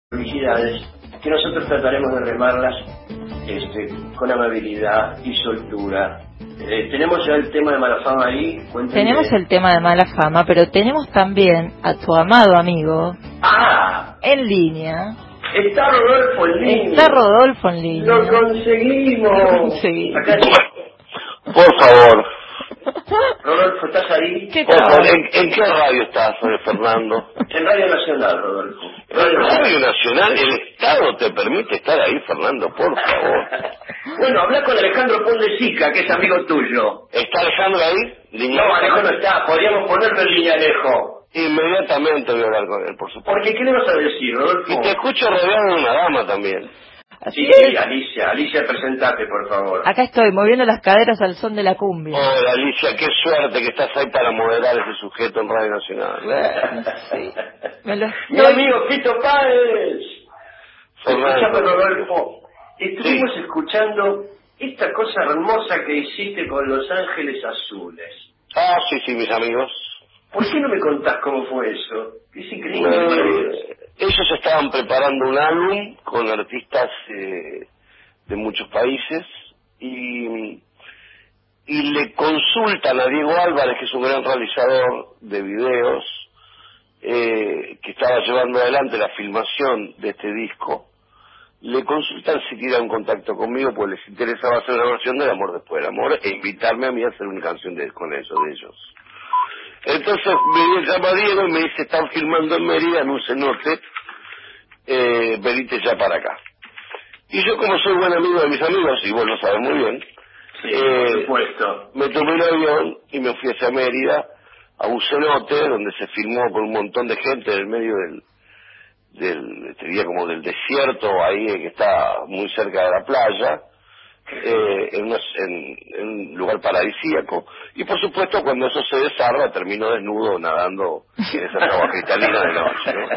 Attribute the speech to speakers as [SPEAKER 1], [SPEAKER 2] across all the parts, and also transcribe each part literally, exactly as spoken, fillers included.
[SPEAKER 1] Felicidades, que nosotros trataremos de remarlas este, con amabilidad y soltura. Eh, tenemos ya el tema de mala fama ahí. Cuéntenme.
[SPEAKER 2] Tenemos el tema de mala fama, pero tenemos también a tu amado amigo
[SPEAKER 1] ¡Ah!
[SPEAKER 2] en línea.
[SPEAKER 1] Está Rodolfo en línea.
[SPEAKER 2] Está Rodolfo en línea.
[SPEAKER 1] Lo conseguimos.
[SPEAKER 2] Lo conseguimos.
[SPEAKER 1] Acá
[SPEAKER 3] Por favor.
[SPEAKER 1] Rodolfo, ¿estás ahí?
[SPEAKER 2] ¿Qué
[SPEAKER 3] Por
[SPEAKER 2] tal?
[SPEAKER 3] favor, ¿en, ¿en qué radio estás, eh, Fernando?
[SPEAKER 1] En Radio Nacional, Rodolfo.
[SPEAKER 3] Radio, Radio Nacional, el Estado te permite estar ahí, Fernando, por favor.
[SPEAKER 1] Bueno, habla con Alejandro Pondesica, que es amigo tuyo.
[SPEAKER 3] ¿Está Alejandro ahí?
[SPEAKER 1] No, Alejo no está. Podríamos ponerlo en línea, Alejo.
[SPEAKER 3] Inmediatamente voy a hablar con él, por supuesto.
[SPEAKER 1] Porque, ¿qué le vas a decir, Rodolfo?
[SPEAKER 3] Y te escucho rodeado de una dama también.
[SPEAKER 2] Así
[SPEAKER 1] Sí,
[SPEAKER 2] es.
[SPEAKER 1] Alicia, Alicia, presentate, por favor.
[SPEAKER 2] Acá estoy, moviendo las caderas al son de la cumbia.
[SPEAKER 3] Hola, Alicia, qué suerte que estás ahí para moderar ese sujeto en Radio Nacional.
[SPEAKER 2] Bueno, sí. Me lo
[SPEAKER 1] Mi
[SPEAKER 2] estoy...
[SPEAKER 1] amigo Fito Páez.
[SPEAKER 3] Fernando.
[SPEAKER 1] Escuchame, Rodolfo. Estuvimos
[SPEAKER 3] Sí.
[SPEAKER 1] escuchando esta cosa hermosa que hiciste con Los Ángeles Azules.
[SPEAKER 3] Ah, sí, sí, mis amigos.
[SPEAKER 1] ¿Por qué no me contás cómo fue eso? Es increíble.
[SPEAKER 3] Eh, ellos estaban preparando un álbum con artistas eh, de muchos países y, y le consultan a Diego Álvarez, que es un gran realizador de videos, eh, que estaba llevando adelante la filmación de este disco. Le consultan si tiran contacto conmigo, pues les interesaba hacer una versión del Amor Después del Amor e invitarme a mí a hacer una canción de, con eso, de ellos. Entonces me llama Diego y me dice, están filmando en Mérida, en un cenote, eh, venite ya para acá. Y yo, como soy buen amigo de mis amigos, y vos lo sabes muy bien,
[SPEAKER 1] Sí,
[SPEAKER 3] eh,
[SPEAKER 1] por supuesto.
[SPEAKER 3] me tomé un avión y me fui hacia Mérida, a un cenote donde se filmó con un montón de gente en el medio del, del diría como del desierto, ahí que está muy cerca de la playa, eh, en, una, en, en un lugar paradisíaco, y por supuesto cuando eso se desarma termino desnudo nadando en esa agua cristalina de noche, ¿no?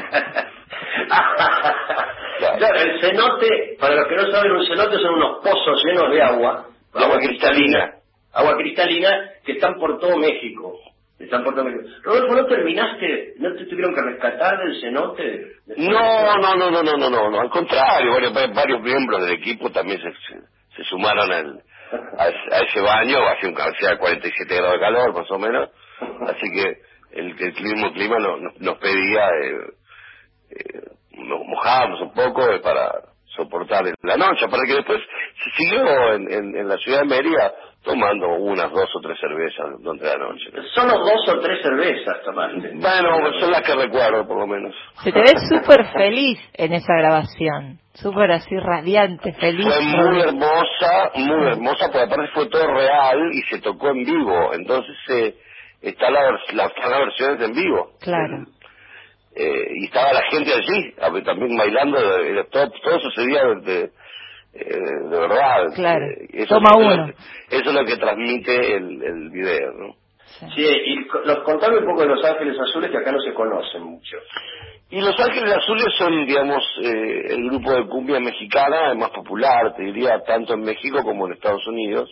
[SPEAKER 1] Claro. Claro, el cenote, para los que no saben, un cenote son unos pozos llenos de agua,
[SPEAKER 3] De agua cristalina.
[SPEAKER 1] agua cristalina que están por todo México. Están por todo México. Rodolfo, ¿no terminaste? ¿No te tuvieron que rescatar del cenote?
[SPEAKER 3] No, no, no, no, no, no, no, no, al contrario, varios, varios miembros del equipo también se, se, se sumaron al, a, a ese baño, hacía, un, hacía cuarenta y siete grados de calor más o menos, así que el, el clima, el clima nos, nos, nos pedía eh, eh, nos mojábamos un poco eh, para soportar la noche, para que después se siguió en, en, en la ciudad de Mérida tomando unas dos o tres cervezas durante la noche, ¿no?
[SPEAKER 1] Solo dos o tres cervezas tomaste.
[SPEAKER 3] Bueno, son las que recuerdo por lo menos.
[SPEAKER 2] Se te ve súper feliz en esa grabación. Súper así radiante, feliz.
[SPEAKER 3] Fue muy hermosa, muy hermosa, porque aparte fue todo real y se tocó en vivo. Entonces eh, está la, la, están las versiones en vivo.
[SPEAKER 2] Claro.
[SPEAKER 3] Eh, y estaba la gente allí, a ver, también bailando, eh, todo, todo sucedía de, de, eh, de verdad.
[SPEAKER 2] Claro.
[SPEAKER 3] Eh, eso,
[SPEAKER 2] Toma
[SPEAKER 3] eso,
[SPEAKER 2] uno.
[SPEAKER 3] eso es lo que transmite el, el video, ¿no?
[SPEAKER 2] Sí.
[SPEAKER 1] Sí, y co- nos contame un poco de Los Ángeles Azules, que acá no se conocen mucho.
[SPEAKER 3] Y Los Ángeles Azules son, digamos, eh, el grupo de cumbia mexicana el más popular, te diría, tanto en México como en Estados Unidos.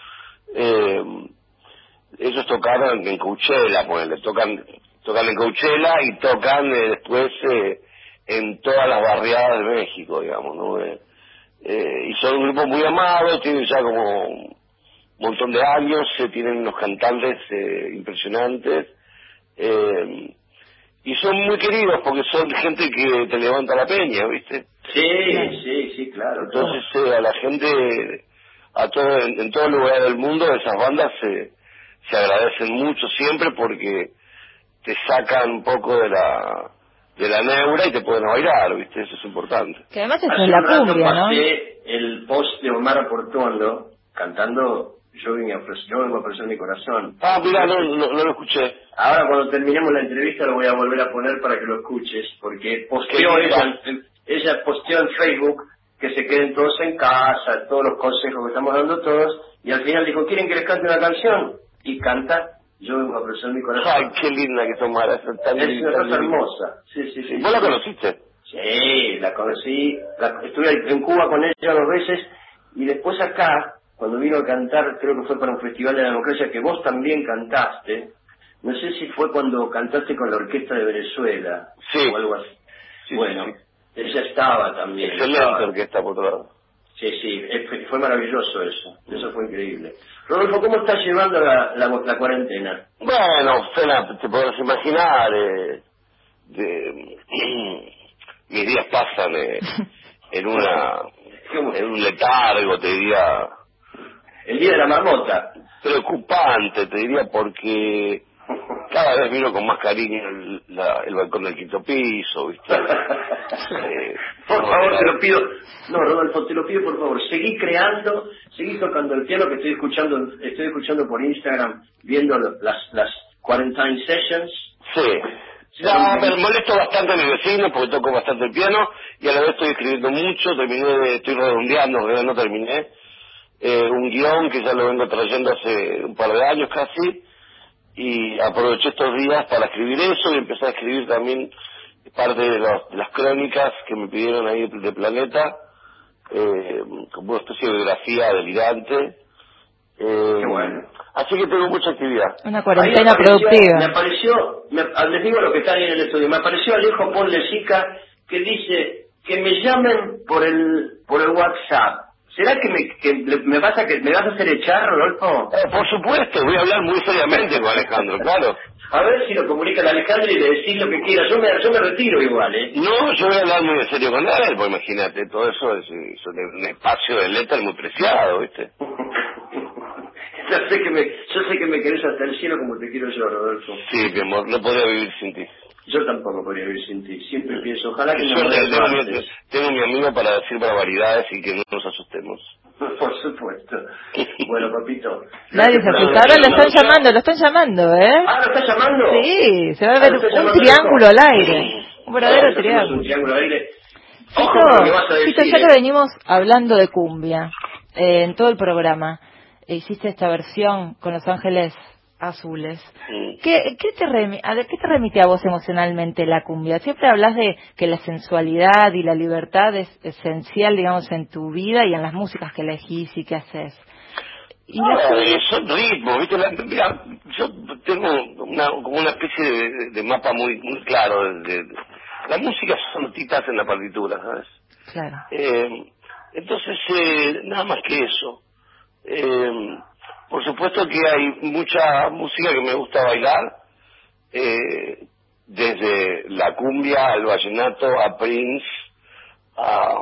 [SPEAKER 3] Eh, ellos tocaron en Coachella, pues, le tocan, tocan en Coachella y tocan eh, después eh, en todas las barriadas de México, digamos, ¿no? Eh, eh, y son un grupo muy amado, tienen ya como un montón de años, eh, tienen unos cantantes eh, impresionantes. Eh, Y son muy queridos porque son gente que te levanta la peña, ¿viste?
[SPEAKER 1] Sí, sí, sí, claro.
[SPEAKER 3] Entonces eh, a la gente, a todo, en, en todo lugar del mundo, esas bandas se, se agradecen mucho siempre porque te sacan un poco de la de la neura y te pueden bailar, ¿viste? Eso es importante.
[SPEAKER 2] Que además eso
[SPEAKER 1] Hace
[SPEAKER 2] es la
[SPEAKER 1] un rato
[SPEAKER 2] cumbia, ¿no?
[SPEAKER 1] pasé el post de Omar Portuondo cantando Yo vengo a ofrecer, yo vengo a ofrecer mi corazón.
[SPEAKER 3] Ah, mirá, no, no, no lo escuché.
[SPEAKER 1] Ahora cuando terminemos la entrevista lo voy a volver a poner para que lo escuches, porque posteó
[SPEAKER 3] Qué
[SPEAKER 1] ella,
[SPEAKER 3] lindo.
[SPEAKER 1] ella posteó en Facebook que se queden todos en casa, todos los consejos que estamos dando todos, y al final dijo, ¿quieren que les cante una canción? Y canta Yo vengo a ofrecer mi corazón.
[SPEAKER 3] Ay, qué linda que Tomara, es tan
[SPEAKER 1] Es
[SPEAKER 3] linda.
[SPEAKER 1] una
[SPEAKER 3] tan
[SPEAKER 1] cosa
[SPEAKER 3] linda.
[SPEAKER 1] hermosa. Sí, sí, sí.
[SPEAKER 3] ¿Vos la
[SPEAKER 1] sí.
[SPEAKER 3] conociste?
[SPEAKER 1] Sí, la conocí, la- estuve en Cuba con ella dos veces, y después acá, cuando vino a cantar, creo que fue para un festival de la democracia que vos también cantaste, no sé si fue cuando cantaste con la orquesta de Venezuela,
[SPEAKER 3] Sí.
[SPEAKER 1] o algo así.
[SPEAKER 3] Sí,
[SPEAKER 1] bueno,
[SPEAKER 3] sí, sí.
[SPEAKER 1] Ella estaba también.
[SPEAKER 3] Excelente
[SPEAKER 1] estaba.
[SPEAKER 3] orquesta por otro lado.
[SPEAKER 1] Sí, sí, fue maravilloso eso, eso fue increíble. Rodolfo, ¿cómo estás llevando la, la, la cuarentena?
[SPEAKER 3] Bueno, Fena, te podrás imaginar, eh, de, mis días pasan eh, en una en un letargo, te diría.
[SPEAKER 1] El día de la marmota.
[SPEAKER 3] Preocupante, te diría, porque cada vez miro con más cariño el, la, el balcón del quinto piso, ¿viste? eh,
[SPEAKER 1] por
[SPEAKER 3] no,
[SPEAKER 1] favor,
[SPEAKER 3] la...
[SPEAKER 1] te lo pido. No, Rodolfo, te lo pido por favor. Seguí creando, seguí tocando el piano que estoy escuchando, estoy escuchando por Instagram, viendo las las quarantine sessions.
[SPEAKER 3] Sí. Ya, me molesto bastante a mi vecino porque toco bastante el piano y a la vez estoy escribiendo mucho, terminé de, estoy redondeando, en realidad no terminé, eh, un guión que ya lo vengo trayendo hace un par de años casi, y aproveché estos días para escribir eso y empecé a escribir también parte de, los, de las crónicas que me pidieron ahí de Planeta, eh, como una especie de biografía delirante. Eh,
[SPEAKER 1] Qué bueno.
[SPEAKER 3] Así que tengo mucha actividad.
[SPEAKER 2] Una cuarentena
[SPEAKER 1] me apareció,
[SPEAKER 2] productiva.
[SPEAKER 1] Me apareció, me, les digo lo que está ahí en el estudio, me apareció Alejo Ponlesica que dice que me llamen por el por el WhatsApp. ¿Será que me que me vas a que me vas a hacer echar, Rodolfo?
[SPEAKER 3] Eh, por supuesto, voy a hablar muy seriamente con Alejandro, claro.
[SPEAKER 1] A ver si lo comunica a Alejandro y le decís lo que quiera. Yo me yo me retiro igual, ¿eh?
[SPEAKER 3] No, yo voy a hablar muy en serio con él, pues imagínate, todo eso es, es un espacio del éter muy preciado, ¿viste?
[SPEAKER 1] Yo sé que me yo sé que me querés hasta el cielo como te quiero yo, Rodolfo.
[SPEAKER 3] Sí, mi amor, no podría vivir sin ti.
[SPEAKER 1] Yo tampoco podría vivir sin ti. Siempre pienso, ojalá que
[SPEAKER 3] Qué
[SPEAKER 1] me
[SPEAKER 3] suerte,
[SPEAKER 1] muera
[SPEAKER 3] tengo,
[SPEAKER 1] antes.
[SPEAKER 3] mi, tengo mi amigo para decir barbaridades y que no nos asustemos.
[SPEAKER 1] Por supuesto. Bueno, papito.
[SPEAKER 2] Nadie se asusta. Ahora lo están llamando, lo están llamando, ¿eh?
[SPEAKER 1] Ah, ¿lo está llamando?
[SPEAKER 2] Sí, se va a
[SPEAKER 1] Ah,
[SPEAKER 2] ver
[SPEAKER 1] ¿lo está
[SPEAKER 2] un
[SPEAKER 1] llamando
[SPEAKER 2] triángulo
[SPEAKER 1] Alejo?
[SPEAKER 2] al aire. Un verdadero
[SPEAKER 1] Nosotros hacemos
[SPEAKER 2] triángulo.
[SPEAKER 1] un triángulo al aire. Ojo con lo que vas a
[SPEAKER 2] Fito,
[SPEAKER 1] decir,
[SPEAKER 2] Fito, ya
[SPEAKER 1] ¿eh?
[SPEAKER 2] que venimos hablando de cumbia, eh, en todo el programa, e hiciste esta versión con Los Ángeles Azules. ¿Qué, qué, te remi a ver, ¿Qué te remite a vos emocionalmente la cumbia? Siempre hablas de que la sensualidad y la libertad es esencial, digamos, en tu vida y en las músicas que elegís y que haces. Y
[SPEAKER 3] No,
[SPEAKER 2] la cumbia...
[SPEAKER 3] son ritmos, ¿viste? La, mira, yo tengo una, como una especie de, de mapa muy muy claro. De, de, la música son notitas en la partitura, ¿sabes?
[SPEAKER 2] Claro.
[SPEAKER 3] Eh, entonces, eh, nada más que eso. Eh, por supuesto que hay mucha música que me gusta bailar, eh, desde la cumbia al vallenato, a Prince, a,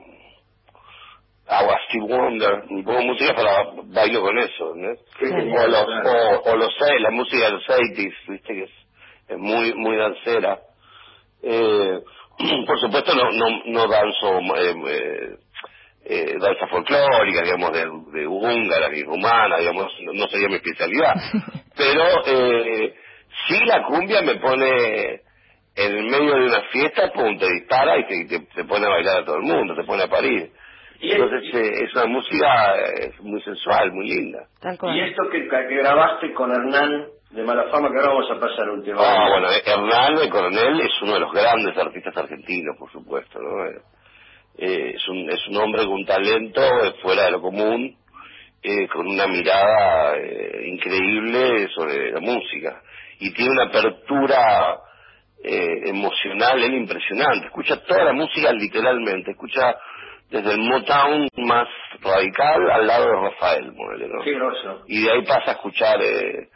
[SPEAKER 3] a Stevie Wonder, un poco de música para bailo con eso, ¿no?
[SPEAKER 1] Claro.
[SPEAKER 3] O los, o, o los seis, la música de los eighties, viste que es, es muy muy dancera. Eh, por supuesto no no no danzo eh, eh, eh, danza folclórica, digamos, de, de húngara ni rumana, digamos, no, no sería mi especialidad, pero eh, sí la cumbia me pone en el medio de una fiesta, pum, te dispara y te, te, te pone a bailar a todo el mundo, te pone a parir.
[SPEAKER 1] Y
[SPEAKER 3] Entonces
[SPEAKER 1] es,
[SPEAKER 3] eh, es una música eh, muy sensual, muy linda.
[SPEAKER 2] Tal cual.
[SPEAKER 1] y esto que, que grabaste con Hernán de Mala Fama, que ahora vamos a pasar un tema.
[SPEAKER 3] Ah, bueno, Hernán, el Coronel, es uno de los grandes artistas argentinos, por supuesto, ¿no? Eh, eh, es un es un hombre con un talento eh, fuera de lo común, eh, con una mirada eh, increíble sobre la música, y tiene una apertura eh, emocional, él impresionante, escucha toda la música literalmente, escucha desde el Motown más radical al lado de Rafael, ponele, ¿no?
[SPEAKER 1] Qué groso.
[SPEAKER 3] Y de ahí pasa a escuchar eh,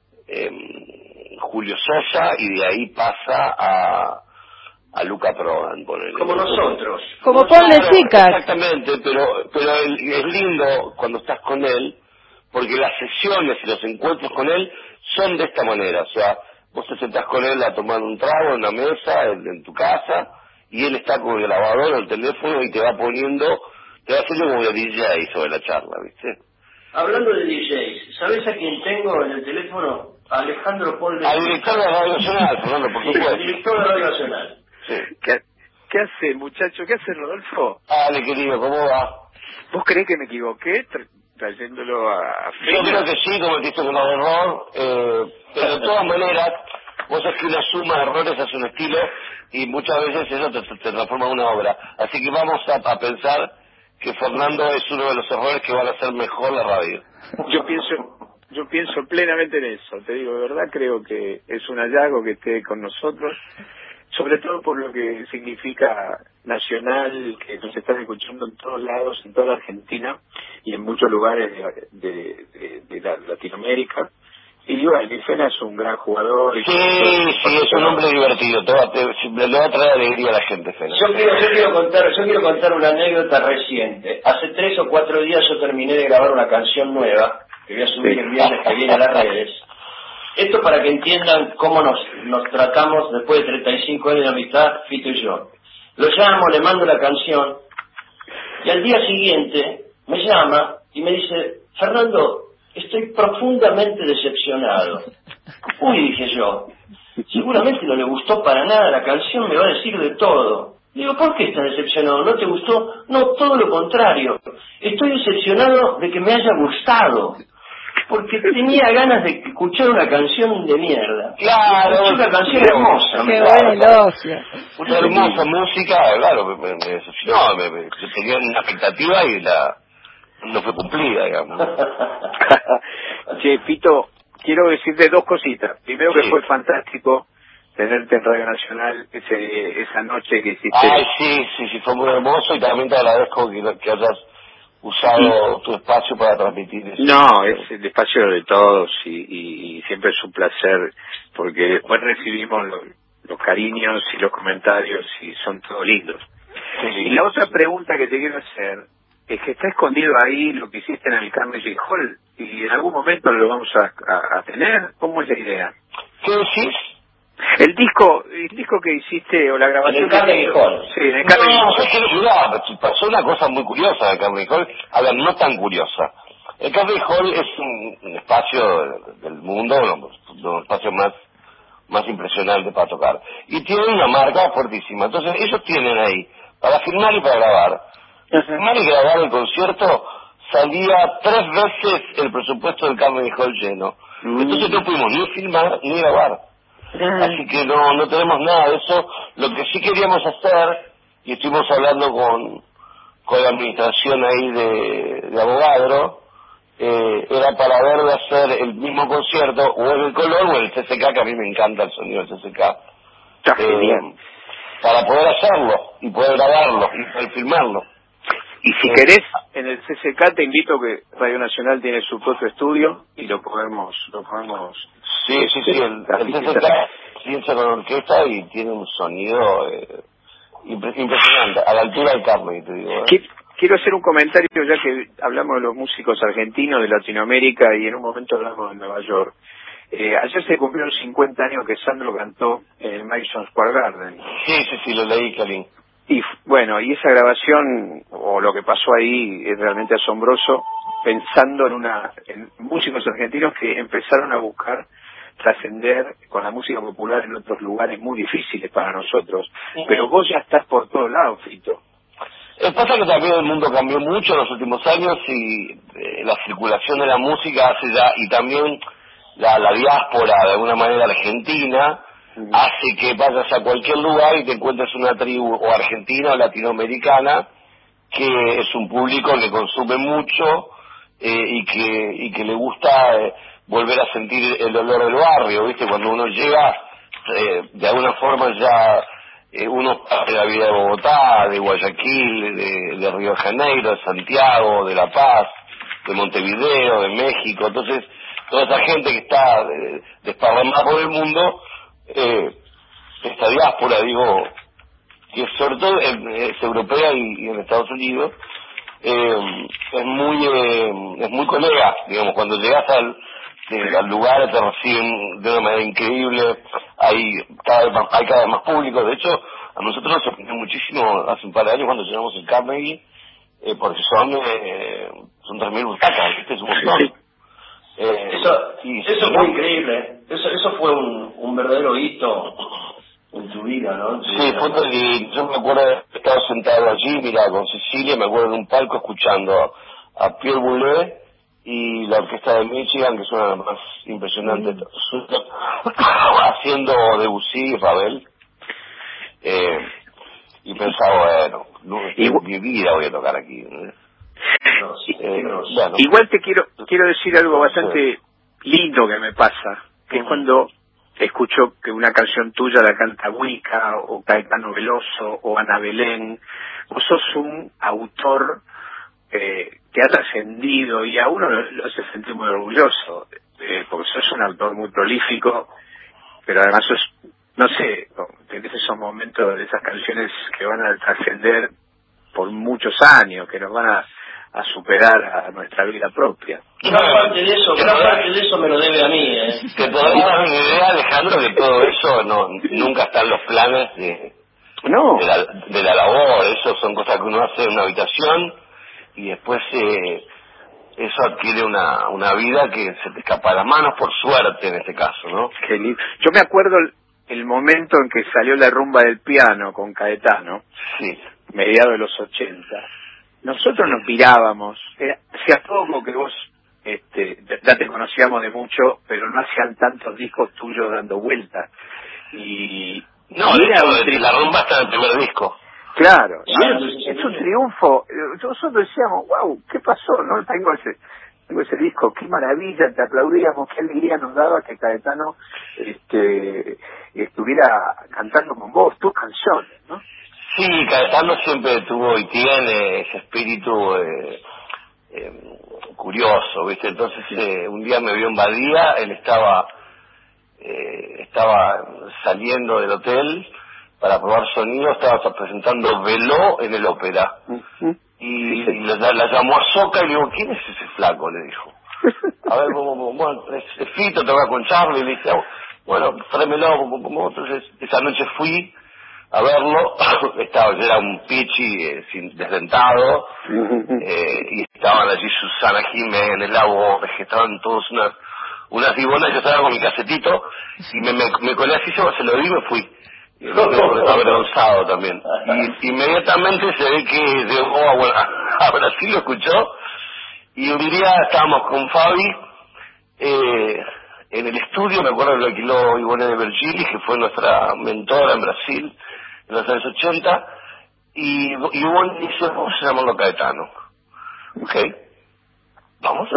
[SPEAKER 3] eh, Julio Sosa, y de ahí pasa a a Luca Prodan, ponele.
[SPEAKER 1] Como nosotros.
[SPEAKER 2] Como
[SPEAKER 3] Claro,
[SPEAKER 2] Paul de Sica.
[SPEAKER 3] exactamente, pero pero el- es lindo cuando estás con él, porque las sesiones y los encuentros con él son de esta manera, o sea, vos te sentás con él a tomar un trago en una mesa, en, en tu casa, y él está con el grabador o el teléfono y te va poniendo, te va haciendo como de D J sobre la charla, ¿viste?
[SPEAKER 1] Hablando de D Js, ¿sabés a quién tengo en el teléfono? A Alejandro Paul de
[SPEAKER 3] Al director de Radio Nacional, Fernando, por
[SPEAKER 1] Sí,
[SPEAKER 3] supuesto.
[SPEAKER 1] al director de Radio Nacional.
[SPEAKER 3] Sí.
[SPEAKER 4] ¿Qué, qué hace, muchacho? ¿Qué hace, Rodolfo?
[SPEAKER 3] Dale, querido, ¿cómo va?
[SPEAKER 4] ¿Vos creés que me equivoqué tra- trayéndolo a, a
[SPEAKER 3] Yo creo
[SPEAKER 4] Fena?
[SPEAKER 3] que sí, cometiste un grave error, eh, pero de todas maneras, vos sabés que una suma de errores hace un estilo y muchas veces eso te, te transforma en una obra. Así que vamos a, a pensar que Fernando es uno de los errores que van a hacer mejor la radio.
[SPEAKER 4] Yo pienso, yo pienso plenamente en eso. Te digo, de verdad, creo que es un hallazgo que esté con nosotros. sobre todo por lo que significa nacional, que nos están escuchando en todos lados, en toda la Argentina y en muchos lugares de, de, de, de la, Latinoamérica. Y bueno, Fena es un gran jugador. Y
[SPEAKER 3] sí, sí, es un hombre divertido, te va, te, le va a traer alegría a la gente, Fena.
[SPEAKER 1] Yo quiero, yo quiero contar, yo quiero contar una anécdota reciente. Hace tres o cuatro días yo terminé de grabar una canción nueva, que voy a subir sí. el viernes que viene a las redes. Esto para que entiendan cómo nos, nos tratamos después de treinta y cinco años de amistad, Fito y yo. Lo llamo, le mando la canción, y al día siguiente me llama y me dice, Fernando, estoy profundamente decepcionado. Uy, dije yo, seguramente no le gustó para nada la canción, me va a decir de todo. Digo, ¿por qué estás decepcionado? ¿No te gustó? No, todo lo contrario. Estoy decepcionado de que me haya gustado. Porque tenía ganas de escuchar una canción de mierda.
[SPEAKER 3] Claro,
[SPEAKER 1] es una canción hermosa.
[SPEAKER 2] Qué buen elogio.
[SPEAKER 3] Una hermosa música, claro, me, me, me decepcionó, me, me, yo tenía una expectativa y la no fue cumplida, digamos.
[SPEAKER 4] Che, Fito, quiero decirte dos cositas. Primero que sí. Fue fantástico tenerte en Radio Nacional ese, esa noche que hiciste.
[SPEAKER 3] Ay, sí, sí, sí, fue muy hermoso y también te agradezco que, que hayas usado tu espacio para transmitir eso.
[SPEAKER 4] No, es el espacio de todos y, y, y siempre es un placer porque después recibimos los, los cariños y los comentarios y son todos lindos. Sí. Y la otra pregunta que te quiero hacer es que está escondido ahí lo que hiciste en el Carnegie Hall y en algún momento lo vamos a, a, a tener. ¿Cómo es la idea?
[SPEAKER 3] ¿Qué decís?
[SPEAKER 4] El disco, el disco que hiciste o la grabación.
[SPEAKER 1] En el Carnegie Hall.
[SPEAKER 4] Sí, en el Carnegie
[SPEAKER 3] Hall.
[SPEAKER 4] No,
[SPEAKER 3] es que no, pasó una cosa muy curiosa en el Carnegie Hall. A ver, no tan curiosa. El Carnegie Hall es un, un espacio del mundo, uno de los espacios más, más impresionantes para tocar. Y tiene una marca fuertísima. Entonces, ellos tienen ahí, para filmar y para grabar. Para filmar y grabar el concierto salía tres veces el presupuesto del Carnegie Hall lleno. Mm. Entonces no pudimos ni filmar ni grabar. Así que no no tenemos nada de eso. Lo que sí queríamos hacer, y estuvimos hablando con con la administración ahí de, de Avogadro, eh, era para ver de hacer el mismo concierto o en el Colón o en el C C K, que a mí me encanta el sonido del C C K.
[SPEAKER 4] Está eh, genial.
[SPEAKER 3] Para poder hacerlo y poder grabarlo y poder filmarlo.
[SPEAKER 4] Y si eh, querés, en el C C K te invito que Radio Nacional tiene su propio estudio y lo podemos lo podemos
[SPEAKER 3] Sí, sí, sí, el, el C C K piensa con orquesta y tiene un sonido eh, impre impresionante, a la altura del Carnegie, te digo. ¿eh?
[SPEAKER 4] Quiero hacer un comentario, ya que hablamos de los músicos argentinos de Latinoamérica y en un momento hablamos de Nueva York. Eh, ayer se cumplieron cincuenta años que Sandro cantó en el Madison Square Garden.
[SPEAKER 3] Sí, sí, sí, lo leí, Calín.
[SPEAKER 4] Y bueno, y esa grabación, o lo que pasó ahí, es realmente asombroso, pensando en una en músicos argentinos que empezaron a buscar trascender con la música popular en otros lugares muy difíciles para nosotros. Sí. Pero vos ya estás por todos lados, Fito.
[SPEAKER 3] Eh, pasa que también el mundo cambió mucho en los últimos años y eh, la circulación de la música hace ya, y también la, la diáspora de alguna manera argentina, uh-huh. hace que vayas a cualquier lugar y te encuentres una tribu o argentina o latinoamericana que es un público que consume mucho eh, y que y que le gusta eh, volver a sentir el olor del barrio, ¿viste? Cuando uno llega, eh, de alguna forma ya eh, uno parte de la vida de Bogotá, de Guayaquil, de, de Río de Janeiro, de Santiago, de La Paz, de Montevideo, de México. Entonces, toda esa gente que está eh, desparramada por el mundo, eh, esta diáspora, digo, que sobre todo es, es europea y, y en Estados Unidos, eh, es muy eh, es muy colega, digamos, cuando llegas al al lugar te reciben de una manera increíble, hay cada vez más, hay cada vez más público. De hecho, a nosotros nos sorprendió muchísimo hace un par de años cuando llenamos el Carnegie, eh, porque son eh, son tres mil butacas, ¿viste? Es un montón.
[SPEAKER 1] Eh, eso y, eso fue increíble, eso eso fue un, un verdadero hito en tu vida, ¿no? Tu
[SPEAKER 3] sí,
[SPEAKER 1] vida.
[SPEAKER 3] Fue, y yo me acuerdo de haber estado sentado allí, mira, con Cecilia, me acuerdo en un palco escuchando a, a Pierre Boulez y la orquesta de Michigan, que es una de las más impresionantes, mm. haciendo Debussy y Ravel, eh, y pensaba, bueno, no, en mi vida voy a tocar aquí. ¿no?
[SPEAKER 4] Eh, bueno. Igual te quiero quiero decir algo bastante sí. lindo que me pasa, que mm. es cuando escucho que una canción tuya la canta Wicca, o Caetano Veloso, o Ana Belén. Vos sos un autor eh, que ha trascendido y a uno lo, lo hace sentir muy orgulloso, eh, porque sos un autor muy prolífico, pero además sos, no sé, tenés esos momentos de esas canciones que van a trascender por muchos años, que nos van a, a superar a nuestra vida propia.
[SPEAKER 1] Gran parte de eso, gran parte de eso me lo debe a mí, ¿eh?
[SPEAKER 3] Te podría dar una idea, Alejandro, que todo eso no nunca está en los planes de,
[SPEAKER 4] no.
[SPEAKER 3] de, la, de la labor. Eso son cosas que uno hace en una habitación y después eh, eso adquiere una, una vida que se te escapa de las manos, por suerte en este caso, ¿no?
[SPEAKER 4] Qué lindo. Yo me acuerdo el, el momento en que salió la rumba del piano con Caetano,
[SPEAKER 3] sí,
[SPEAKER 4] mediados de los ochenta. Nosotros nos mirábamos, era, hacía poco que vos, este, ya te conocíamos de mucho, pero no hacían tantos discos tuyos dando vueltas. Y
[SPEAKER 3] no,
[SPEAKER 4] y era
[SPEAKER 3] hecho,
[SPEAKER 4] un tri...
[SPEAKER 3] la rumba está en el primer disco.
[SPEAKER 4] Claro,
[SPEAKER 1] Sí,
[SPEAKER 4] y era,
[SPEAKER 1] sí, sí,
[SPEAKER 4] es
[SPEAKER 1] sí.
[SPEAKER 4] un triunfo. Nosotros decíamos, wow, ¿qué pasó? No tengo ese, tengo ese disco, qué maravilla, te aplaudíamos, qué alegría nos daba que Caetano este, estuviera cantando con vos tus canciones, ¿no?
[SPEAKER 3] Sí, Caetano siempre tuvo y tiene ese espíritu eh, eh, curioso, ¿viste? Entonces eh, un día me vio en Badía, él estaba eh, estaba saliendo del hotel para probar sonido, estaba presentando Veló en el ópera.
[SPEAKER 4] Uh-huh.
[SPEAKER 3] Y, y la, la llamó a Soca y le digo, ¿quién es ese flaco? Le dijo. A ver, bueno, es, es Fito, te va con Charlie, le dije, bueno, tráemelo, entonces esa noche fui a verlo, estaba, era un pichi eh, sin, desdentado, eh, y estaban allí Susana Jiménez, La Borges, que estaban todos unas unas dibonas, yo estaba con mi casetito, y me, me, me colé así, se lo di y me fui. Y me quedé avergonzado también. Y inmediatamente se ve que llegó a, bueno, a Brasil, lo escuchó, y un día estábamos con Fabi, eh, en el estudio, me acuerdo que lo alquiló Ivone de Virgili, que fue nuestra mentora en Brasil, en los años ochenta, y Ivone dice, vamos a llamarlo Caetano. Ok, vamos.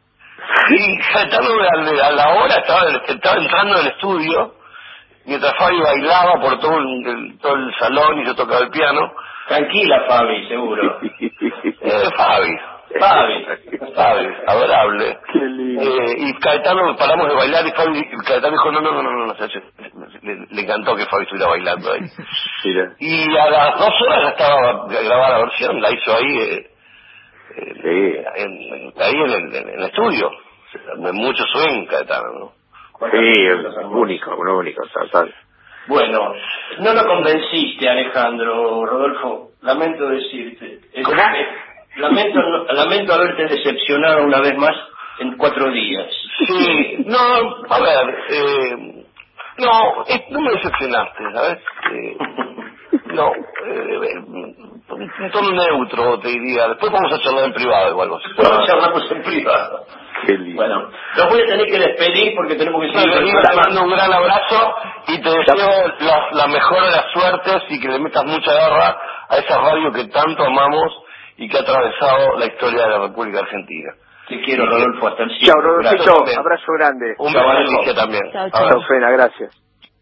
[SPEAKER 3] Y Caetano a la hora estaba, estaba entrando en el estudio, mientras Fabi bailaba por todo el, el, todo el salón y yo tocaba el piano.
[SPEAKER 1] Tranquila, Fabi, seguro.
[SPEAKER 3] Eh, Fabi.
[SPEAKER 1] Fabi.
[SPEAKER 3] Fabi, adorable.
[SPEAKER 4] Qué lindo.
[SPEAKER 3] Eh, y Caetano, paramos de bailar y Fabi, y Caetano dijo, no, no, no, no, no, no, le, le encantó que Fabi estuviera bailando ahí.
[SPEAKER 4] Mira.
[SPEAKER 3] Y a las dos horas ya estaba grabada la versión, la hizo ahí, eh, eh,
[SPEAKER 4] Sí.
[SPEAKER 3] en, en, ahí en el, en el estudio. De mucho swing, Caetano, ¿no?
[SPEAKER 4] Sí, único, un único, total.
[SPEAKER 1] Bueno, no lo convenciste, Alejandro, Rodolfo, lamento decirte. Es,
[SPEAKER 3] ¿Cómo?
[SPEAKER 1] eh, lamento, lamento haberte decepcionado una vez más en cuatro días.
[SPEAKER 3] Sí, no, a ver, eh, no, eh, no me decepcionaste, ¿sabes? Eh, no, eh, un, un tono neutro, te diría. Después vamos a charlar en privado o algo así.
[SPEAKER 1] Bueno, charlamos en privado.
[SPEAKER 4] Qué lindo.
[SPEAKER 1] Bueno, los voy a tener que despedir porque tenemos que
[SPEAKER 3] Sí,
[SPEAKER 1] seguir el
[SPEAKER 3] te
[SPEAKER 1] programa.
[SPEAKER 3] mando un gran abrazo y te deseo la, la mejor de las suertes y que le metas mucha garra a esa radio que tanto amamos y que ha atravesado la historia de la República Argentina.
[SPEAKER 1] Te quiero, Rodolfo, hasta el cielo.
[SPEAKER 4] Chao, Rodolfito,
[SPEAKER 3] Gracias.
[SPEAKER 4] abrazo grande.
[SPEAKER 3] Un
[SPEAKER 1] Chao,
[SPEAKER 3] beso a
[SPEAKER 1] Alejo.
[SPEAKER 3] Alicia también.
[SPEAKER 2] Chao, chao.
[SPEAKER 4] Chao, Fena, gracias.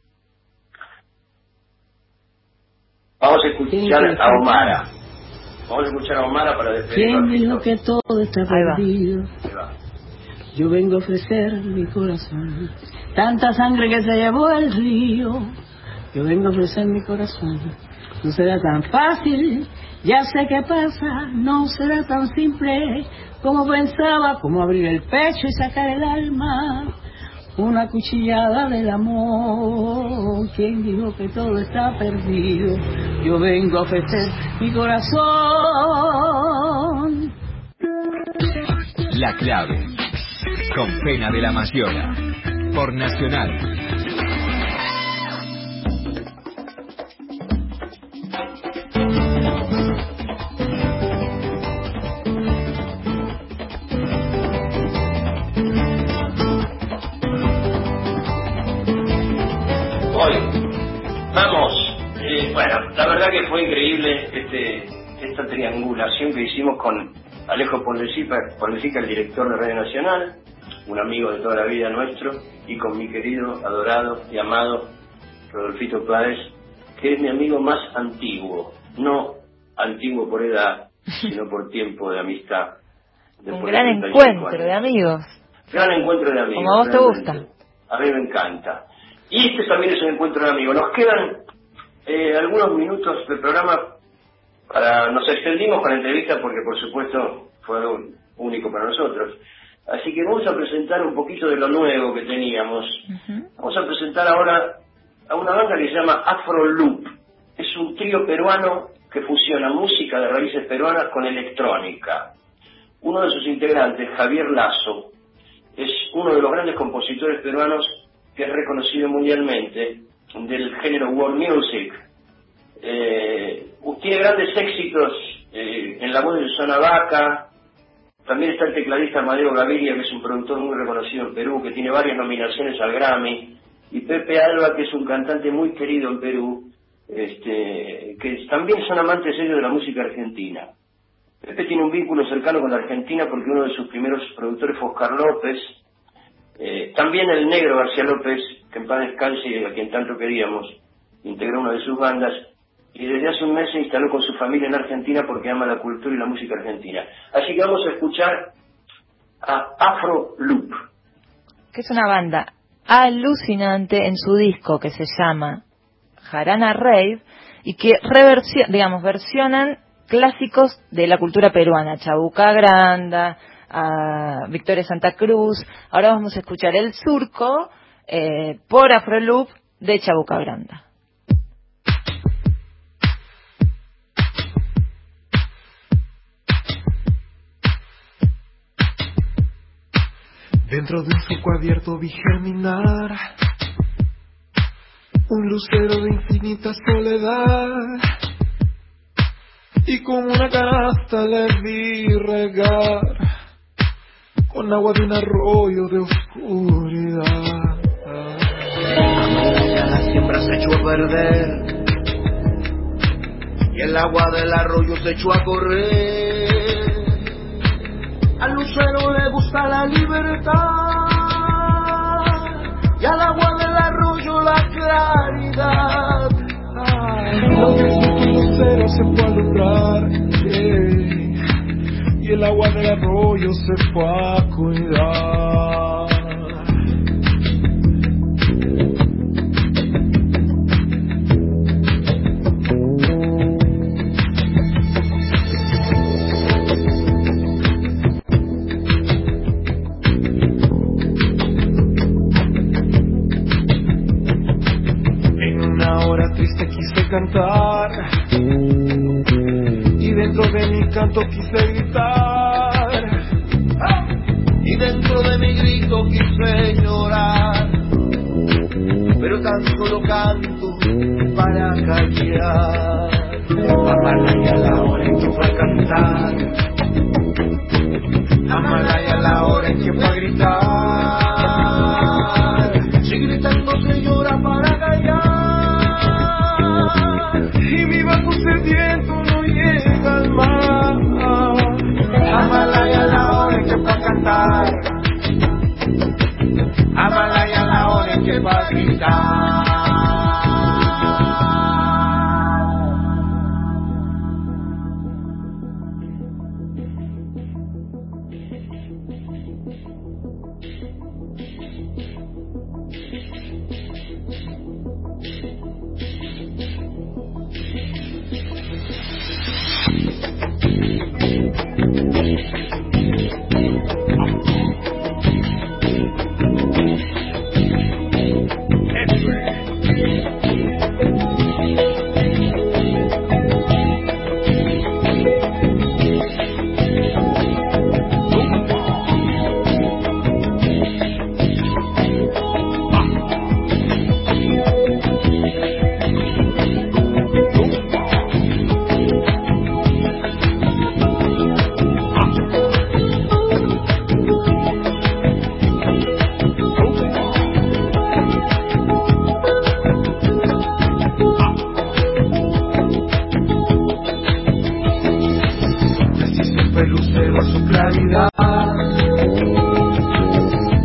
[SPEAKER 1] Vamos a escuchar a Omara. Vamos a escuchar a Omara para despedirnos.
[SPEAKER 5] ¿Quién dijo que todo está
[SPEAKER 2] Ahí va.
[SPEAKER 5] perdido?
[SPEAKER 1] Ahí va.
[SPEAKER 5] Yo vengo a ofrecer mi corazón. Tanta sangre que se llevó el río. Yo vengo a ofrecer mi corazón. No será tan fácil, ya sé qué pasa. No será tan simple como pensaba. Como abrir el pecho y sacar el alma. Una cuchillada del amor. ¿Quién dijo que todo está perdido? Yo vengo a ofrecer mi corazón.
[SPEAKER 6] La clave, con Pena de la Mayola, por Nacional.
[SPEAKER 1] Hoy, vamos. Eh, bueno, la verdad que fue increíble este, esta triangulación que hicimos con Alejo Pondesica, Pondesica, el director de Radio Nacional, un amigo de toda la vida nuestro, y con mi querido, adorado y amado Rodolfito Páez, que es mi amigo más antiguo, no antiguo por edad, sino por tiempo de amistad.
[SPEAKER 2] Un gran encuentro años. de amigos.
[SPEAKER 1] Gran encuentro de amigos.
[SPEAKER 2] Como a vos te gusta.
[SPEAKER 1] A mí me encanta. Y este también es un encuentro de amigos. Nos quedan eh, algunos minutos del programa para... Nos extendimos con la entrevista porque, por supuesto, fue algo único para nosotros. Así que vamos a presentar un poquito de lo nuevo que teníamos. Uh-huh. Vamos a presentar ahora a una banda que se llama Afro Loop. Es un trío peruano que fusiona música de raíces peruanas con electrónica. Uno de sus integrantes, Javier Lazo, es uno de los grandes compositores peruanos que es reconocido mundialmente del género world music. Eh, tiene grandes éxitos eh, en la voz de Susana Vaca. También está el tecladista Amadeo Gaviria, que es un productor muy reconocido en Perú, que tiene varias nominaciones al Grammy, y Pepe Alba, que es un cantante muy querido en Perú, este, que también son amantes ellos de la música argentina. Pepe tiene un vínculo cercano con la Argentina porque uno de sus primeros productores fue Oscar López, eh, también el negro García López, que en paz descanse y a quien tanto queríamos, integró una de sus bandas, y desde hace un mes se instaló con su familia en Argentina porque ama la cultura y la música argentina. Así que vamos a escuchar a Afro Loop,
[SPEAKER 2] que es una banda alucinante en su disco que se llama Jarana Rave, y que reversión, digamos, versionan clásicos de la cultura peruana, Chabuca Granda, a Victoria Santa Cruz. Ahora vamos a escuchar El Surco eh, por Afro Loop de Chabuca Granda.
[SPEAKER 7] Dentro de un surco abierto vi germinar un lucero de infinita soledad, y como una canasta le vi regar con agua de un arroyo de oscuridad.
[SPEAKER 8] Ya la siembra se echó a perder y el agua del arroyo se echó a correr. Al lucero le gusta la libertad y al agua del arroyo la claridad.
[SPEAKER 7] Ay, lo que es un lucero se fue a alumbrar, yeah, y el agua del arroyo se fue a cuidar. Cantar, y dentro de mi canto quise gritar,
[SPEAKER 8] y dentro de mi grito quise llorar, pero tan solo canto para callar. Amala ya la hora en que fue a cantar, amala ya la hora en que fue a gritar, si gritando se llora para callar.
[SPEAKER 7] Y mi vaso sediento no llega al mar.
[SPEAKER 8] Amala ya la hora en que va a cantar, amala ya la hora en que va a gritar.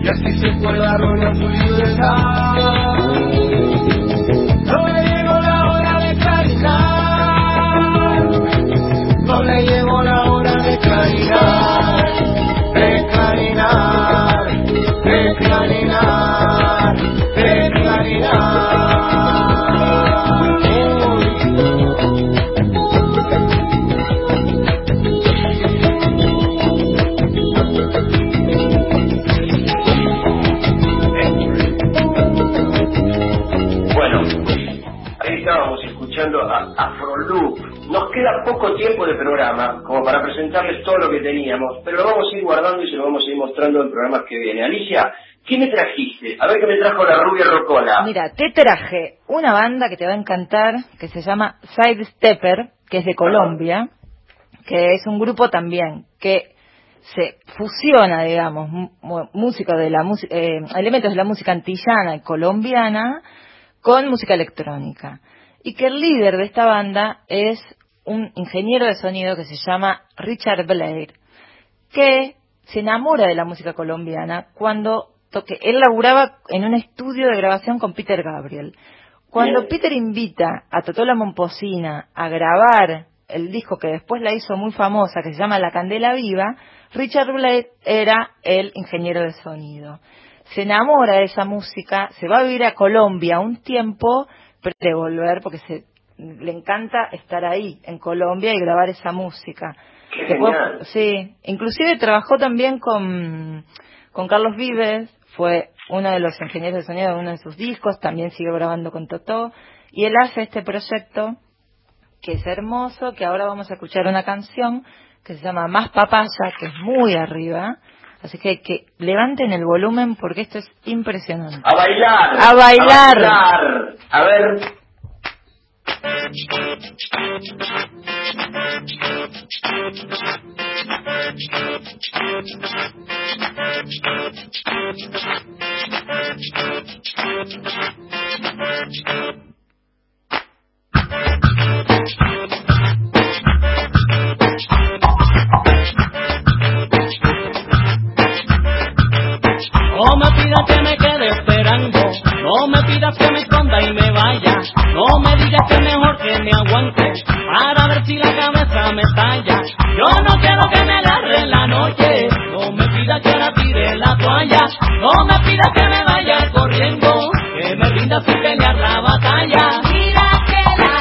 [SPEAKER 8] y así se fue la roña su libertad. No le llegó la hora de clarinar, no le llegó la hora de clarinar, de clarinar, de clarinar, de clarinar.
[SPEAKER 1] A Afroloop. Nos queda poco tiempo de programa como para presentarles todo lo que teníamos, pero lo vamos a ir guardando y se lo vamos a ir mostrando en programas que vienen. Alicia, ¿qué me trajiste? A ver qué me trajo la rubia rocola.
[SPEAKER 2] Mira, te traje una banda que te va a encantar, que se llama Sidestepper, que es de Colombia, que es un grupo también que se fusiona, digamos, música de la música, eh, elementos de la música antillana y colombiana con música electrónica. Y que el líder de esta banda es un ingeniero de sonido que se llama Richard Blade, que se enamora de la música colombiana cuando toque. Él laburaba en un estudio de grabación con Peter Gabriel. Cuando Bien. Peter invita a Totó la Momposina a grabar el disco que después la hizo muy famosa, que se llama La Candela Viva, Richard Blade era el ingeniero de sonido. Se enamora de esa música, se va a vivir a Colombia un tiempo, de volver porque se le encanta estar ahí en Colombia y grabar esa música.
[SPEAKER 1] Qué
[SPEAKER 2] Después,
[SPEAKER 1] genial.
[SPEAKER 2] Sí, inclusive trabajó también con con Carlos Vives, fue uno de los ingenieros de sonido de uno de sus discos, también siguió grabando con Totó, y él hace este proyecto que es hermoso, que ahora vamos a escuchar una canción que se llama Más Papaya, que es muy arriba. Así que, que levanten el volumen porque esto es impresionante.
[SPEAKER 1] ¡A bailar!
[SPEAKER 2] ¡A bailar!
[SPEAKER 1] ¡A bailar! A ver.
[SPEAKER 5] No me pidas que me quede esperando, no me pidas que me esconda y me vaya, no me digas que mejor que me aguante, para ver si la cabeza me estalla. Yo no quiero que me agarre en la noche, no me pidas que ahora tire la toalla, no me pidas que me vaya corriendo, que me rinda sin pelear la batalla.
[SPEAKER 9] Mira que la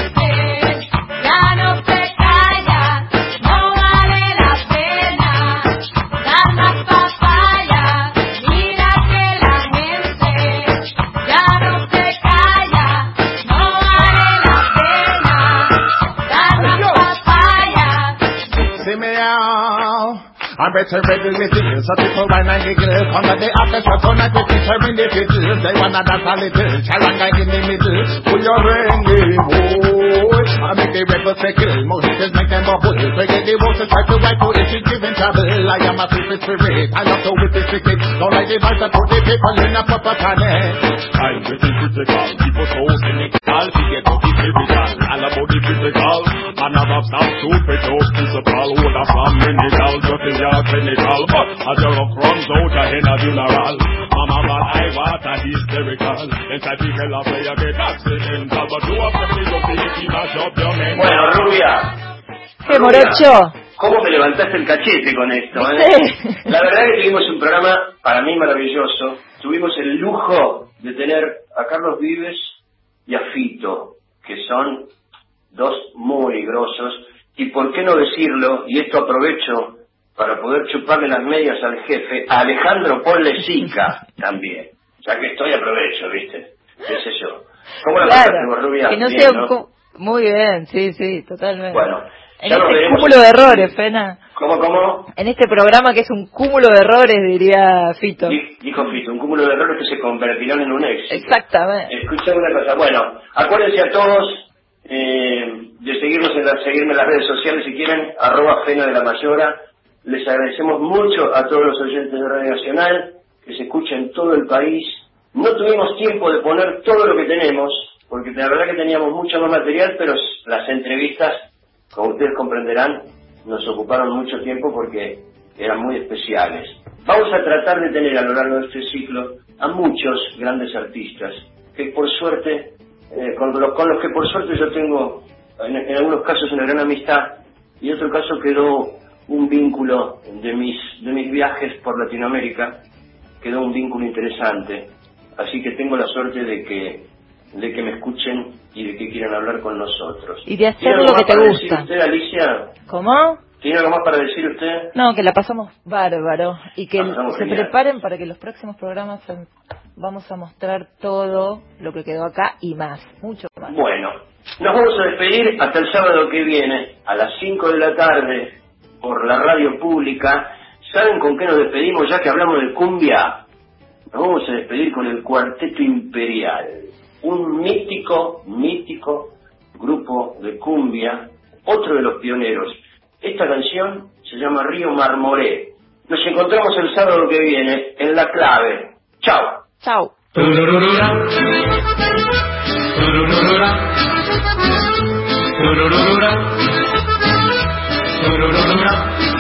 [SPEAKER 9] gente ya no se calla, no vale la pena dar más papaya. Mira que la gente ya no se calla, no vale la pena dar más papaya.
[SPEAKER 8] See me out. I'm better ready with it. So people wine and giggle. Come at the after shot on at the teacher in the fiddle. They wanna dance a little. Charanga in the middle. Pull your ring, boy. I make the rebels tickle. Mojitos make them bubble. Forget the water, try to wipe out it. It's giving trouble. I am a secret spirit. I love to whip the ticket. Don't like the vibes that put the people in a proper panic. I'm getting critical. People so cynical. Forget about the physical. All about the physical. Man have a stop stupid. Those principal. Hold a flam minical. Just in your clinical. But as your luck runs out ahead of funeral. Mama but I want a hysterical. Inside people a play a get accidental. But you have to be your feet. Mash up your men.
[SPEAKER 1] Bueno, rubia.
[SPEAKER 2] ¡Qué
[SPEAKER 1] Rubia,
[SPEAKER 2] morocho!
[SPEAKER 1] ¿Cómo me levantaste el cachete con esto? ¿Eh?
[SPEAKER 2] Sí.
[SPEAKER 1] La verdad que tuvimos un programa, para mí, maravilloso. Tuvimos el lujo de tener a Carlos Vives y a Fito, que son dos muy grosos. Y por qué no decirlo, y esto aprovecho para poder chuparle las medias al jefe, a Alejandro Ponlecica también. Ya que estoy, aprovecho, ¿viste? ¿Qué sé yo? ¿Cómo la
[SPEAKER 2] Claro,
[SPEAKER 1] pasaste vos, Rubia?
[SPEAKER 2] que no
[SPEAKER 1] Bien,
[SPEAKER 2] sea
[SPEAKER 1] ¿no?
[SPEAKER 2] un... cu- Muy bien, sí, sí, totalmente.
[SPEAKER 1] Bueno,
[SPEAKER 2] en
[SPEAKER 1] ya nos
[SPEAKER 2] este
[SPEAKER 1] veremos.
[SPEAKER 2] cúmulo de errores, Fena.
[SPEAKER 1] ¿Cómo, cómo?
[SPEAKER 2] En este programa que es un cúmulo de errores, diría Fito.
[SPEAKER 1] Di- Dijo Fito, un cúmulo de errores que se convertirán en un éxito.
[SPEAKER 2] Exactamente.
[SPEAKER 1] Escucha una cosa, bueno, acuérdense a todos eh, de seguirnos en la, seguirme en las redes sociales si quieren, arroba Fena de la Mayora. Les agradecemos mucho a todos los oyentes de Radio Nacional, que se escucha en todo el país. No tuvimos tiempo de poner todo lo que tenemos, porque la verdad que teníamos mucho más material, pero las entrevistas, como ustedes comprenderán, nos ocuparon mucho tiempo porque eran muy especiales. vamos a tratar de tener a lo largo de este ciclo a muchos grandes artistas, que por suerte, eh, con, los, con los que por suerte yo tengo, en, en algunos casos, una gran amistad, y en otro caso quedó un vínculo de mis, de mis viajes por Latinoamérica, quedó un vínculo interesante, así que tengo la suerte de que, de que me escuchen y de que quieran hablar con nosotros.
[SPEAKER 2] Y de hacer lo que te gusta.
[SPEAKER 1] ¿Usted, Alicia?
[SPEAKER 2] ¿Cómo?
[SPEAKER 1] ¿Tiene algo más para decir usted?
[SPEAKER 2] No, que la pasamos bárbaro y que
[SPEAKER 1] Pasamos
[SPEAKER 2] se
[SPEAKER 1] genial.
[SPEAKER 2] preparen para que los próximos programas vamos a mostrar todo lo que quedó acá y más, mucho más.
[SPEAKER 1] Bueno, nos vamos a despedir hasta el sábado que viene a las cinco de la tarde por la radio pública. ¿Saben con qué nos despedimos ya que hablamos de cumbia? Nos vamos a despedir con el Cuarteto Imperial, un mítico, mítico grupo de cumbia, otro de los pioneros. Esta canción se llama Río Marmoré. Nos encontramos el sábado que viene en La Clave. Chao.
[SPEAKER 2] Chao.
[SPEAKER 7] Turururura. Turururura. Turururura. Turururura.